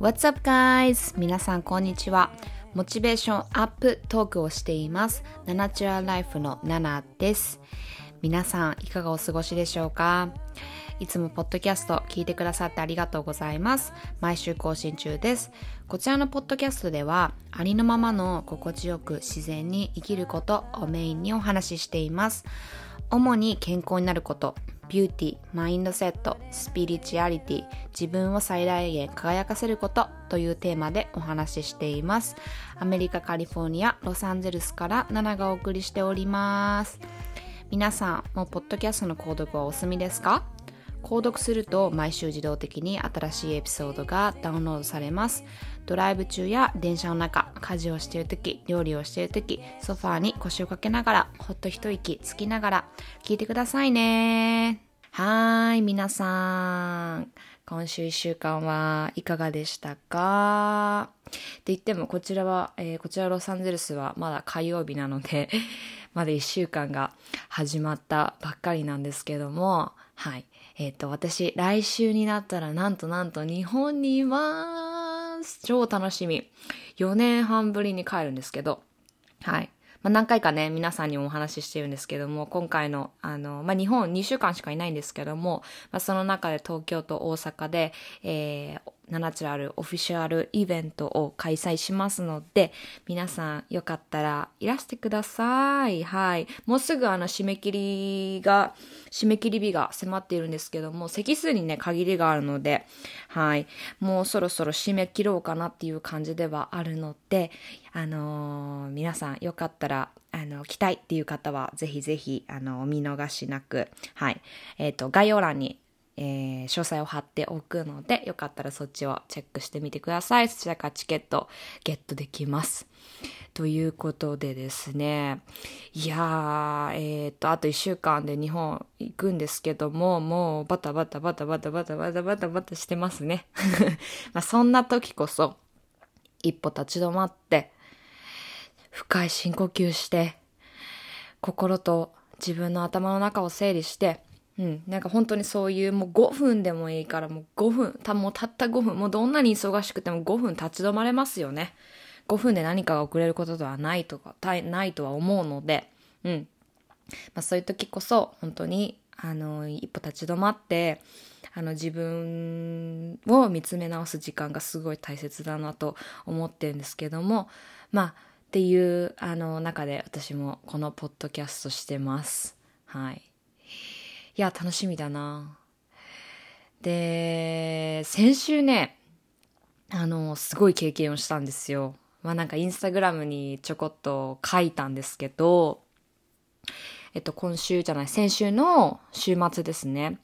What's up guys? 皆さんこんにちは。モチベーションアップトークをしていますナナチュラルライフのナナです。皆さんいかがお過ごしでしょうか？いつもポッドキャスト聞いてくださってありがとうございます。毎週更新中です。こちらのポッドキャストではありのままの心地よく自然に生きることをメインにお話ししています。主に健康になること、ビューティー、マインドセット、スピリチュアリティ、自分を最大限輝かせることというテーマでお話ししています。アメリカ・カリフォルニア・ロサンゼルスからナナがお送りしております。皆さん、もうポッドキャストの購読はお済みですか？購読すると毎週自動的に新しいエピソードがダウンロードされます。ドライブ中や電車の中、家事をしているとき、料理をしているとき、ソファーに腰をかけながら、ほっと一息つきながら聞いてくださいね。はーい、皆さん。今週1週間はいかがでしたか？って言ってもこちらロサンゼルスはまだ火曜日なのでまだ1週間が始まったばっかりなんですけども、はい。私、来週になったらなんと日本にいます。超楽しみ。4年半ぶりに帰るんですけど、はい。何回かね、皆さんにもお話ししてるんですけども、今回の、日本2週間しかいないんですけども、その中で東京と大阪で、ナナチュラルオフィシャルイベントを開催しますので、皆さんよかったらいらしてください。はい。もうすぐ締め切り日が迫っているんですけども、席数にね、限りがあるので、はい。もうそろそろ締め切ろうかなっていう感じではあるので、皆さんよかったら、来たいっていう方は、ぜひぜひ、お見逃しなく、はい。概要欄に、詳細を貼っておくので、よかったらそっちをチェックしてみてください。そちらからチケットゲットできます。ということでですね、いやー、あと1週間で日本行くんですけども、もうバタバタしてますね。そんな時こそ、一歩立ち止まって、深い深呼吸して、心と自分の頭の中を整理して、なんか本当にそういうもう5分でもいいからもう5分、もうたった5分、もうどんなに忙しくても5分立ち止まれますよね。5分で何かが遅れることではないとは思うので、そういう時こそ本当に一歩立ち止まって自分を見つめ直す時間がすごい大切だなと思ってるんですけども、っていう中で私もこのポッドキャストしてます。はい。いや楽しみだな。で、先週ねすごい経験をしたんですよ。なんかインスタグラムにちょこっと書いたんですけど、先週の週末ですね。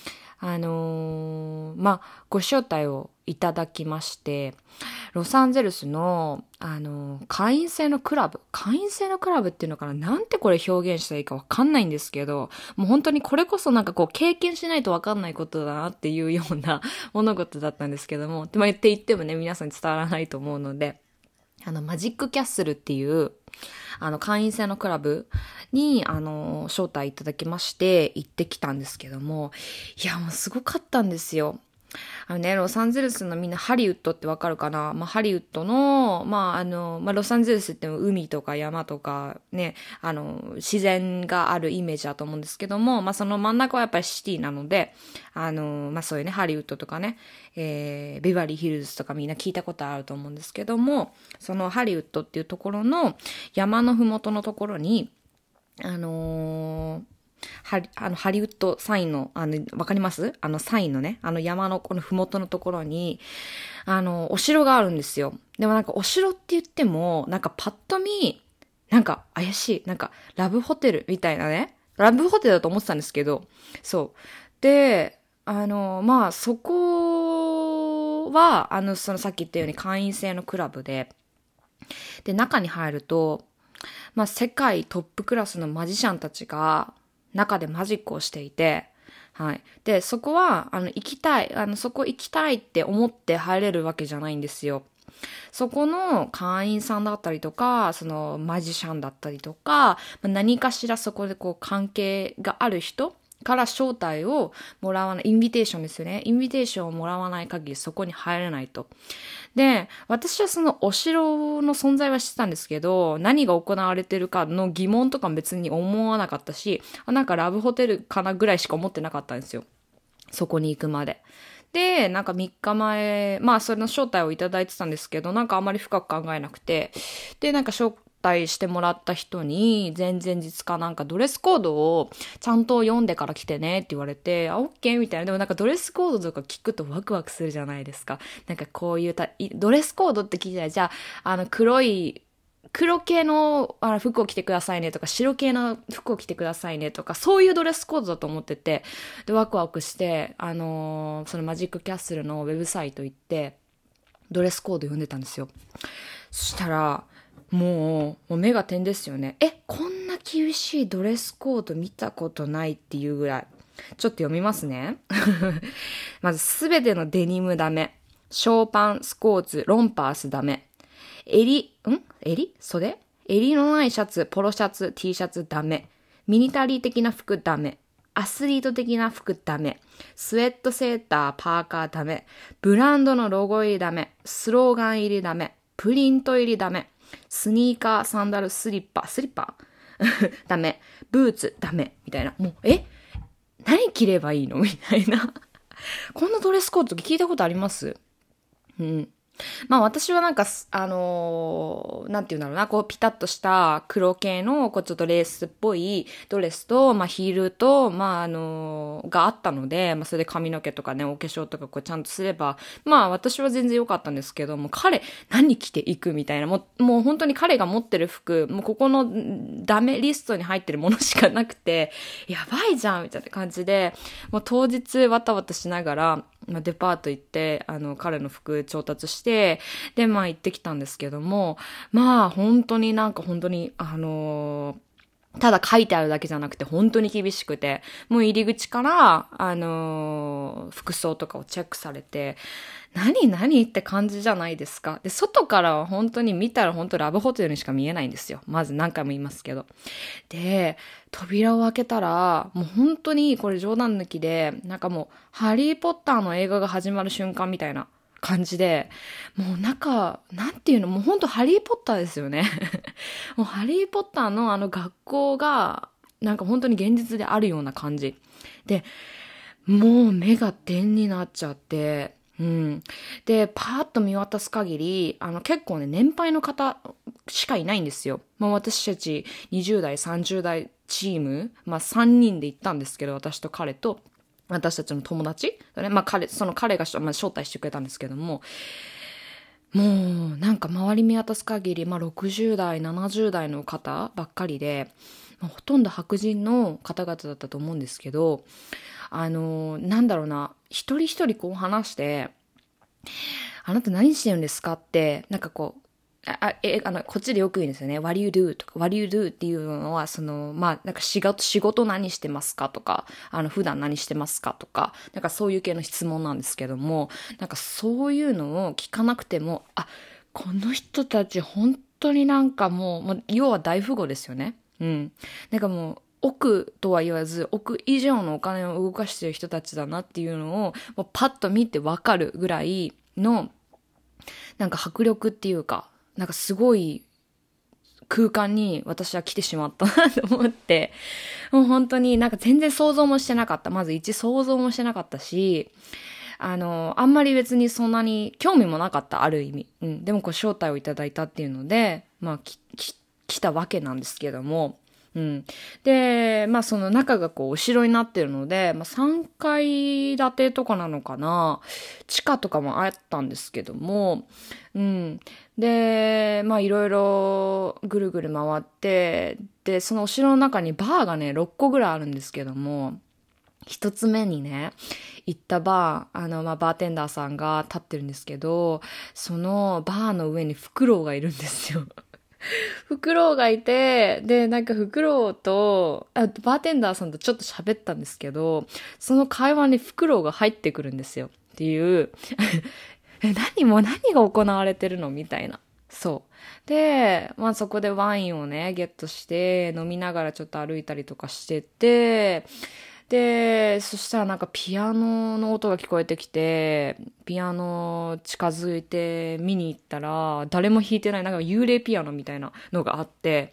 ご招待をいただきまして、ロサンゼルスの、会員制のクラブっていうのかな、なんてこれ表現したらいいかわかんないんですけど、もう本当にこれこそなんかこう経験しないとわかんないことだなっていうような物事だったんですけども、言ってもね、皆さんに伝わらないと思うので、マジックキャッスルっていう、会員制のクラブに、招待いただきまして、行ってきたんですけども、いや、もうすごかったんですよ。ロサンゼルスのみんなハリウッドってわかるかな？ハリウッドの、ロサンゼルスって海とか山とかね、自然があるイメージだと思うんですけども、その真ん中はやっぱりシティなので、そういうね、ハリウッドとかね、ビバリーヒルズとかみんな聞いたことあると思うんですけども、そのハリウッドっていうところの山のふもとのところに、ハリウッドサインの、わかります？サインのね、山のこのふもとのところに、お城があるんですよ。でもなんかお城って言っても、なんかパッと見、なんか怪しい、なんかラブホテルみたいなね。ラブホテルだと思ってたんですけど、そう。で、そこは、そのさっき言ったように会員制のクラブで、で、中に入ると、世界トップクラスのマジシャンたちが、中でマジックをしていて、はい。で、そこは、そこ行きたいって思って入れるわけじゃないんですよ。そこの会員さんだったりとか、そのマジシャンだったりとか、何かしらそこでこう関係がある人から招待をもらわない、インビテーションですよね。インビテーションをもらわない限りそこに入れないと。で、私はそのお城の存在は知ってたんですけど、何が行われてるかの疑問とかも別に思わなかったし、なんかラブホテルかなぐらいしか思ってなかったんですよ。そこに行くまで。で、なんか3日前、まあそれの招待をいただいてたんですけど、なんかあまり深く考えなくて、で、なんか招待してもらった人に、前々日かなんかドレスコードをちゃんと読んでから来てねって言われて、あ、オッケーみたいな。でもなんかドレスコードとか聞くとワクワクするじゃないですか。なんかこういうドレスコードって聞いたら、じゃあ、黒系の服を着てくださいねとか、白系の服を着てくださいねとか、そういうドレスコードだと思ってて、で、ワクワクして、そのマジックキャッスルのウェブサイト行って、ドレスコード読んでたんですよ。そしたら、もう目が点ですよね。こんな厳しいドレスコード見たことないっていうぐらい。ちょっと読みますね。まず、すべてのデニムダメ。ショーパン、スコーツ、ロンパースダメ。袖襟のないシャツ、ポロシャツ、T シャツダメ。ミニタリー的な服ダメ。アスリート的な服ダメ。スウェットセーター、パーカーダメ。ブランドのロゴ入りダメ。スローガン入りダメ。プリント入りダメ。スニーカー、サンダル、スリッパダメ。ブーツダメ。みたいな。もう、何着ればいいのみたいな。こんなドレスコード聞いたことあります？うん。まあ私はなんか、なんていうんだろうな、こうピタッとした黒系の、こうちょっとレースっぽいドレスと、まあヒールと、まあがあったので、まあそれで髪の毛とかね、お化粧とかこうちゃんとすれば、まあ私は全然良かったんですけども、彼何着ていくみたいな、もう本当に彼が持ってる服、もうここのダメリストに入ってるものしかなくて、やばいじゃんみたいな感じで、もう当日わたわたしながら、まあ、デパート行って、彼の服調達して、で、まあ行ってきたんですけども、まあ本当にただ書いてあるだけじゃなくて本当に厳しくて、もう入り口から、服装とかをチェックされて、何って感じじゃないですか。で、外からは本当に見たら本当ラブホテルにしか見えないんですよ。まず何回も言いますけど。で、扉を開けたら、もう本当にこれ冗談抜きで、なんかもう、ハリーポッターの映画が始まる瞬間みたいな感じで、もうなんていうの、もう本当ハリーポッターですよね。もうハリーポッターの学校が、なんか本当に現実であるような感じ。で、もう目が点になっちゃって、うん。で、パーッと見渡す限り、結構ね、年配の方しかいないんですよ。まあ私たち20代、30代チーム、まあ3人で行ったんですけど、私と彼と、私たちの友達、まあその彼が、まあ、招待してくれたんですけども、もうなんか周り見渡す限り、まあ60代、70代の方ばっかりで、まあ、ほとんど白人の方々だったと思うんですけど、なんだろうな、一人一人こう話して、あなた何してるんですかって、なんかこう、こっちでよく言うんですよね。What do you do? とか、What do you do? っていうのは、まあ、なんか仕事何してますかとか、普段何してますかとか、なんかそういう系の質問なんですけども、なんかそういうのを聞かなくても、この人たち本当になんかもう要は大富豪ですよね。うん。なんかもう、億とは言わず、億以上のお金を動かしてる人たちだなっていうのを、もうパッと見てわかるぐらいの、なんか迫力っていうか、なんかすごい空間に私は来てしまったなと思って、もう本当になんか全然想像もしてなかった。まず想像もしてなかったし、あんまり別にそんなに興味もなかった、ある意味。うん。でもこう招待をいただいたっていうので、まあ来たわけなんですけども、うん。で、まあその中がこうお城になってるので、まあ3階建てとかなのかな、地下とかもあったんですけども、うん。で、まあいろいろぐるぐる回って、で、そのお城の中にバーがね、6個ぐらいあるんですけども、一つ目にね、行ったバー、まあ、バーテンダーさんが立ってるんですけど、そのバーの上にフクロウがいるんですよ。フクロウがいて、で、なんかフクロウと、バーテンダーさんとちょっと喋ったんですけど、その会話にフクロウが入ってくるんですよ。っていう、何が行われてるのみたいな。そう。で、まあそこでワインをね、ゲットして、飲みながらちょっと歩いたりとかしてて、 で、そしたらなんかピアノの音が聞こえてきて、ピアノ近づいて見に行ったら、誰も弾いてない、なんか幽霊ピアノみたいなのがあって、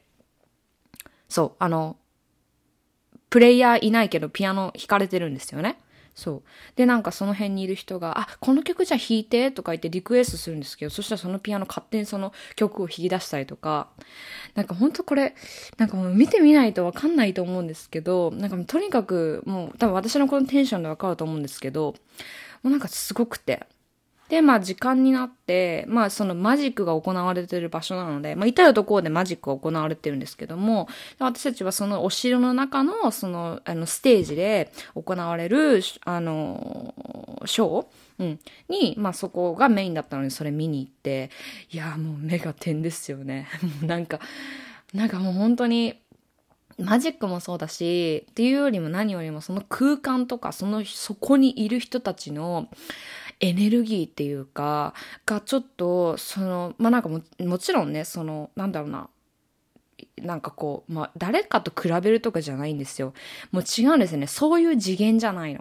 そう、プレイヤーいないけどピアノ弾かれてるんですよね。そう。で、なんかその辺にいる人が、あ、この曲じゃ弾いてとか言ってリクエストするんですけど、そしたらそのピアノ勝手にその曲を弾き出したりとか、なんかほんとこれ、なんかもう見てみないとわかんないと思うんですけど、なんかとにかくもう多分私のこのテンションでわかると思うんですけど、もうなんかすごくて。で、まあ時間になって、まあそのマジックが行われている場所なので、まあ至るところでマジックが行われてるんですけども、私たちはそのお城の中のその、ステージで行われる、ショーに、まあそこがメインだったので、それ見に行って、いやもう目が点ですよね。なんかもう本当に、マジックもそうだし、っていうよりも何よりもその空間とか、そこにいる人たちのエネルギーっていうか、がちょっと、まあ、なんかもちろんね、なんだろうな、なんかこう、まあ、誰かと比べるとかじゃないんですよ。もう違うんですよね。そういう次元じゃないの。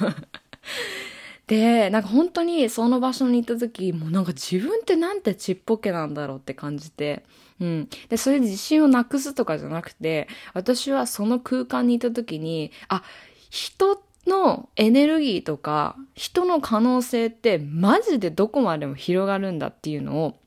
で、なんか本当にその場所に行った時、もうなんか自分ってなんてちっぽけなんだろうって感じて、うん。で、それで自信をなくすとかじゃなくて、私はその空間にいた時に、あ、人のエネルギーとか、人の可能性ってマジでどこまでも広がるんだっていうのを、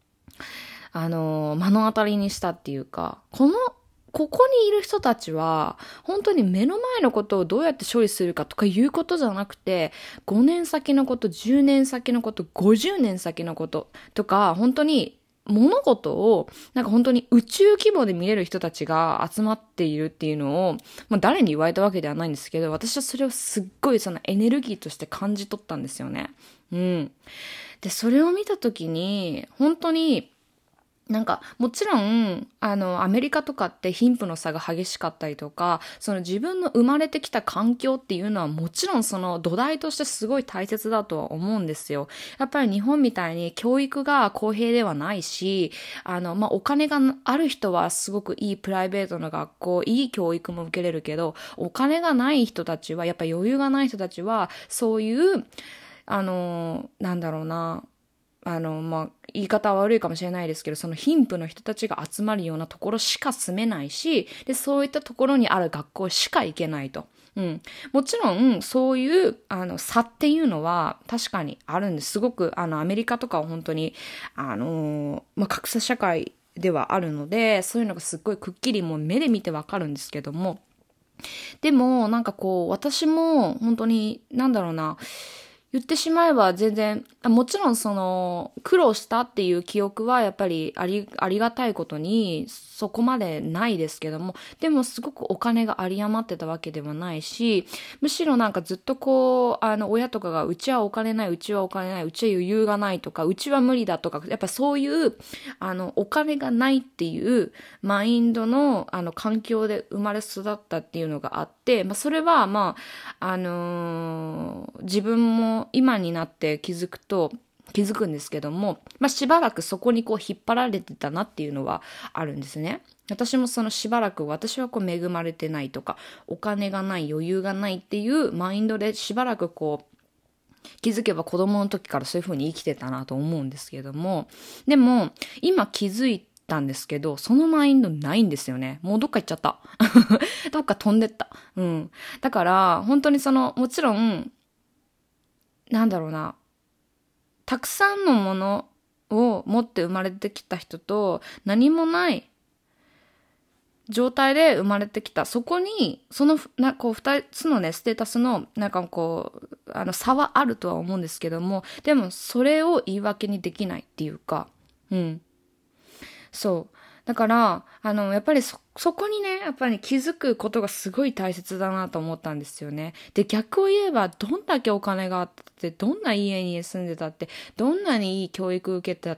目の当たりにしたっていうか、ここにいる人たちは、本当に目の前のことをどうやって処理するかとかいうことじゃなくて、5年先のこと、10年先のこと、50年先のこととか、本当に物事を、なんか本当に宇宙規模で見れる人たちが集まっているっていうのを、まあ誰に言われたわけではないんですけど、私はそれをすっごいそのエネルギーとして感じ取ったんですよね。うん。で、それを見たときに、本当に、なんか、もちろん、アメリカとかって貧富の差が激しかったりとか、その自分の生まれてきた環境っていうのはもちろんその土台としてすごい大切だとは思うんですよ。やっぱり日本みたいに教育が公平ではないし、まあ、お金がある人はすごくいいプライベートな学校、いい教育も受けれるけど、お金がない人たちは、やっぱり余裕がない人たちは、そういう、なんだろうな、まあ、言い方は悪いかもしれないですけど、その貧富の人たちが集まるようなところしか住めないし、で、そういったところにある学校しか行けないと。うん。もちろん、そういう、差っていうのは確かにあるんです。すごく、アメリカとかは本当に、まあ、格差社会ではあるので、そういうのがすっごいくっきりもう目で見てわかるんですけども、でも、なんかこう、私も本当に、なんだろうな、言ってしまえば全然、もちろんその、苦労したっていう記憶はやっぱりありがたいことに、そこまでないですけども、でもすごくお金が有り余ってたわけではないし、むしろなんかずっとこう、親とかが、うちはお金ない、うちはお金ない、うちは余裕がないとか、うちは無理だとか、やっぱそういう、お金がないっていうマインドの、環境で生まれ育ったっていうのがあって、まあ、それは、まあ、自分も今になって気づくんですけども、まあ、しばらくそこにこう引っ張られてたなっていうのはあるんですね。私もそのしばらく私はこう恵まれてないとか、お金がない、余裕がないっていうマインドでしばらくこう、気づけば子供の時からそういう風に生きてたなと思うんですけども、でも今気づいたんですけど、そのマインドないんですよね。もうどっか行っちゃった。どっか飛んでった。うん。だから、本当にもちろん、なんだろうな、たくさんのものを持って生まれてきた人と、何もない状態で生まれてきた。そこに、こう、二つのね、ステータスの、なんかこう、差はあるとは思うんですけども、でも、それを言い訳にできないっていうか、うん。そう。だから、やっぱりそこにね、やっぱり気づくことがすごい大切だなと思ったんですよね。で、逆を言えば、どんだけお金があって、どんないい家に住んでたって、どんなにいい教育受けたって、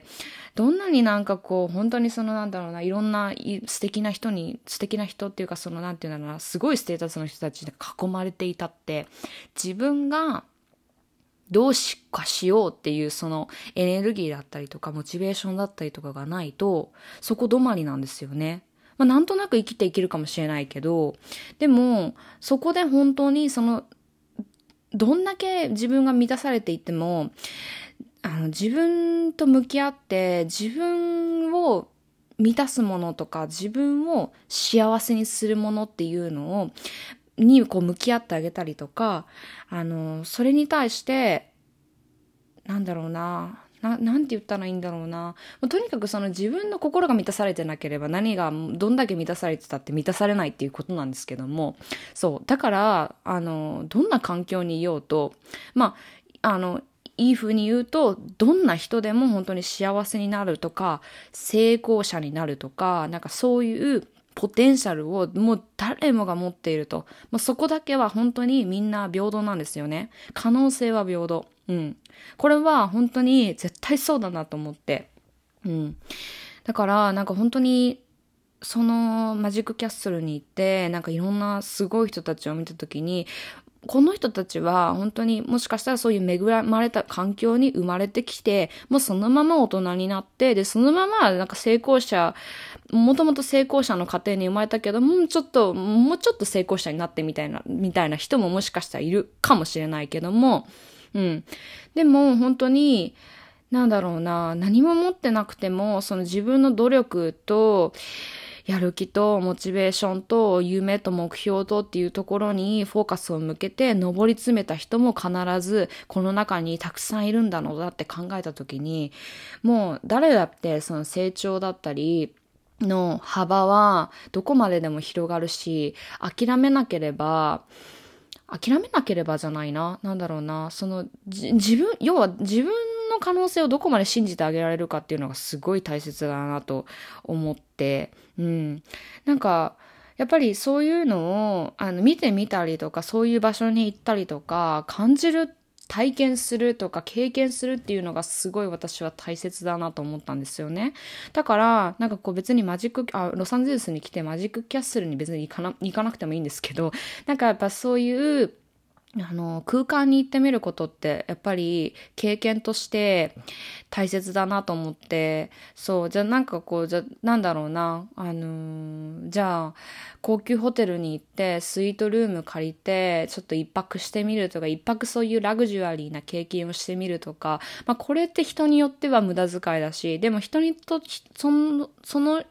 どんなになんかこう、本当になんだろうな、いろんな素敵な人っていうか、なんていうんだろうな、すごいステータスの人たちで囲まれていたって、自分が、どうかしようっていうそのエネルギーだったりとかモチベーションだったりとかがないとそこ止まりなんですよね。 なんとなく生きていけるかもしれないけど、でも、そこで本当にどんだけ自分が満たされていっても、自分と向き合って自分を満たすものとか自分を幸せにするものっていうのに向き合ってあげたりとか、それに対して、なんだろうな、なんて言ったらいいんだろうな。とにかく自分の心が満たされてなければ何がどんだけ満たされてたって満たされないっていうことなんですけども、そう。だから、どんな環境にいようと、いい風に言うと、どんな人でも本当に幸せになるとか、成功者になるとか、なんかそういうポテンシャルをもう誰もが持っていると。もうそこだけは本当にみんな平等なんですよね。可能性は平等。うん。これは本当に絶対そうだなと思って。うん。だからなんか本当にそのマジックキャッスルに行って、なんかいろんなすごい人たちを見たときに、この人たちは本当にもしかしたらそういう恵まれた環境に生まれてきて、もうそのまま大人になって、で、そのままなんかもともと成功者の家庭に生まれたけど、もうちょっと成功者になってみたいな人ももしかしたらいるかもしれないけども、うん。でも本当に、なんだろうな、何も持ってなくても、その自分の努力と、やる気とモチベーションと夢と目標とっていうところにフォーカスを向けて上り詰めた人も必ずこの中にたくさんいるんだろうなって考えたときに、もう誰だってその成長だったりの幅はどこまででも広がるし、諦めなければじゃないな。なんだろうな。要は自分の可能性をどこまで信じてあげられるかっていうのがすごい大切だなと思って、うん。なんか、やっぱりそういうのを、見てみたりとか、そういう場所に行ったりとか、体験するとか経験するっていうのがすごい私は大切だなと思ったんですよね。だから、なんか別にロサンゼルスに来てマジックキャッスルに別に行かなくてもいいんですけど、なんかやっぱそういう、空間に行ってみることってやっぱり経験として大切だなと思って、そう、じゃあなんだろうな、じゃあ高級ホテルに行ってスイートルーム借りてちょっと一泊してみるとか、一泊そういうラグジュアリーな経験をしてみるとか、これって人によっては無駄遣いだし、でも人にと、その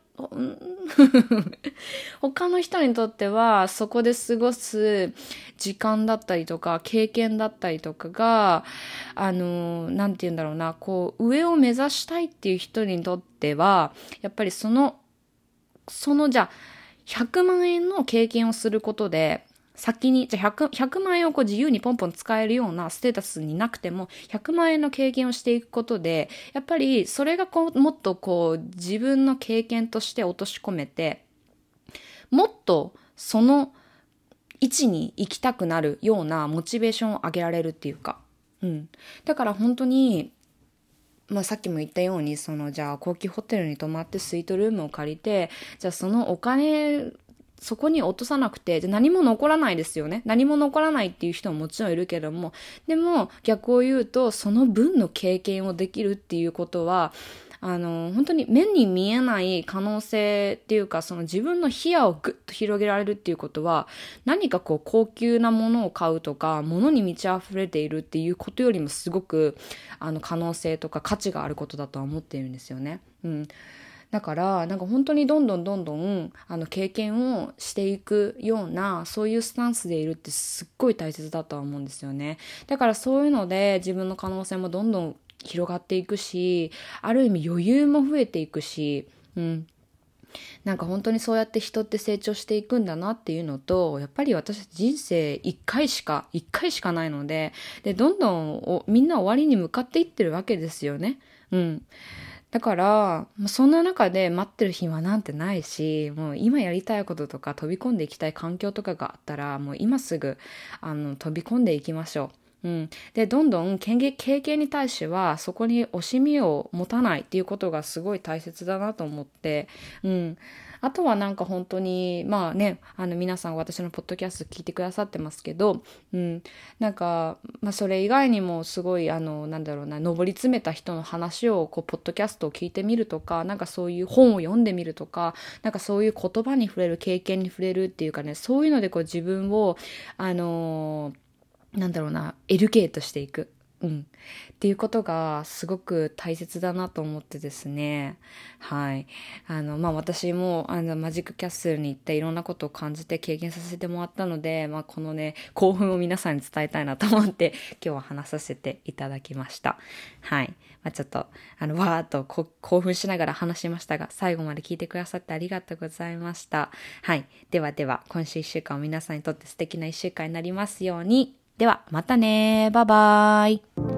他の人にとってはそこで過ごす時間だったりとか経験だったりとかがなんて言うんだろうな、上を目指したいっていう人にとってはやっぱりじゃあ100万円の経験をすることで先に、じゃあ100万円を自由にポンポン使えるようなステータスになくても、100万円の経験をしていくことで、やっぱりそれがもっと自分の経験として落とし込めて、もっとその位置に行きたくなるようなモチベーションを上げられるっていうか。うん。だから本当に、さっきも言ったように、じゃあ高級ホテルに泊まってスイートルームを借りて、じゃあそのお金、そこに落とさなくて、何も残らないですよね。何も残らないっていう人ももちろんいるけども、でも逆を言うと、その分の経験をできるっていうことは、本当に目に見えない可能性っていうか、自分の視野をぐっと広げられるっていうことは、何か高級なものを買うとか、物に満ち溢れているっていうことよりもすごく、可能性とか価値があることだとは思っているんですよね。うん。だから、なんか本当にどんどん、経験をしていくような、そういうスタンスでいるってすっごい大切だとは思うんですよね。だからそういうので自分の可能性もどんどん広がっていくし、ある意味余裕も増えていくし、うん。なんか本当にそうやって人って成長していくんだなっていうのと、やっぱり私人生一回しかないので、どんどんみんな終わりに向かっていってるわけですよね。うん。だから、そんな中で待ってる暇なんてないし、もう今やりたいこととか飛び込んでいきたい環境とかがあったら、もう今すぐ、飛び込んでいきましょう。うん。で、どんどん経験に対しては、そこに惜しみを持たないっていうことがすごい大切だなと思って、うん。 あとはなんか本当に、まあね、皆さん私のポッドキャスト聞いてくださってますけど、なんか、まあそれ以外にもすごい、なんだろうな、上り詰めた人の話を、こう、ポッドキャストを聞いてみるとか、なんかそういう本を読んでみるとか、なんかそういう言葉に触れる、経験に触れるっていうかね、そういうのでこう自分を、なんだろうな、エデュケートしていく。っていうことがすごく大切だなと思ってですね。はい。まあ私も、マジックキャッスルに行っていろんなことを感じて経験させてもらったので、まあこのね、興奮を皆さんに伝えたいなと思って、今日は話させていただきました。はい。まあちょっと、わーっと興奮しながら話しましたが、最後まで聞いてくださってありがとうございました。はい。ではでは、今週1週間皆さんにとって素敵な1週間になりますように。では、またね。バイバイ。